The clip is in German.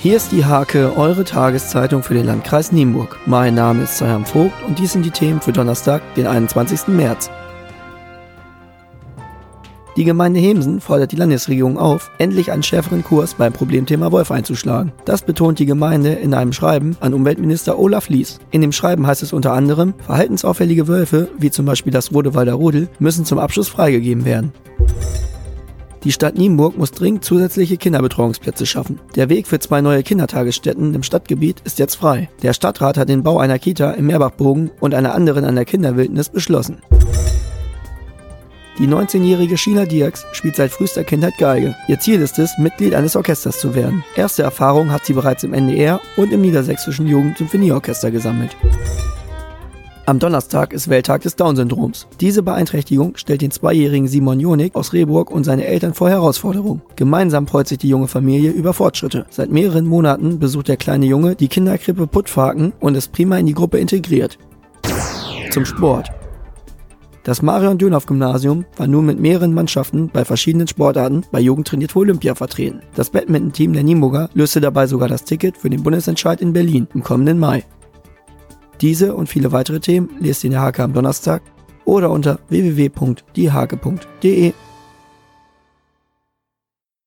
Hier ist die Hake, eure Tageszeitung für den Landkreis Nienburg. Mein Name ist Sayam Vogt und dies sind die Themen für Donnerstag, den 21. März. Die Gemeinde Hemsen fordert die Landesregierung auf, endlich einen schärferen Kurs beim Problemthema Wolf einzuschlagen. Das betont die Gemeinde in einem Schreiben an Umweltminister Olaf Lies. In dem Schreiben heißt es unter anderem, verhaltensauffällige Wölfe, wie zum Beispiel das Rodewalder Rudel, müssen zum Abschuss freigegeben werden. Die Stadt Nienburg muss dringend zusätzliche Kinderbetreuungsplätze schaffen. Der Weg für 2 neue Kindertagesstätten im Stadtgebiet ist jetzt frei. Der Stadtrat hat den Bau einer Kita im Meerbachbogen und einer anderen an der Kinderwildnis beschlossen. Die 19-jährige Sheila Diaks spielt seit frühester Kindheit Geige. Ihr Ziel ist es, Mitglied eines Orchesters zu werden. Erste Erfahrungen hat sie bereits im NDR und im Niedersächsischen Jugendsymphonieorchester gesammelt. Am Donnerstag ist Welttag des Down-Syndroms. Diese Beeinträchtigung stellt den 2-jährigen Simon Jonik aus Rehburg und seine Eltern vor Herausforderungen. Gemeinsam freut sich die junge Familie über Fortschritte. Seit mehreren Monaten besucht der kleine Junge die Kinderkrippe Puttfaken und ist prima in die Gruppe integriert. Zum Sport. Das Marion-Dönhoff-Gymnasium war nun mit mehreren Mannschaften bei verschiedenen Sportarten bei Jugend trainiert für Olympia vertreten. Das Badminton-Team der Nienburger löste dabei sogar das Ticket für den Bundesentscheid in Berlin im kommenden Mai. Diese und viele weitere Themen lest ihr in der Hake am Donnerstag oder unter www.diehake.de.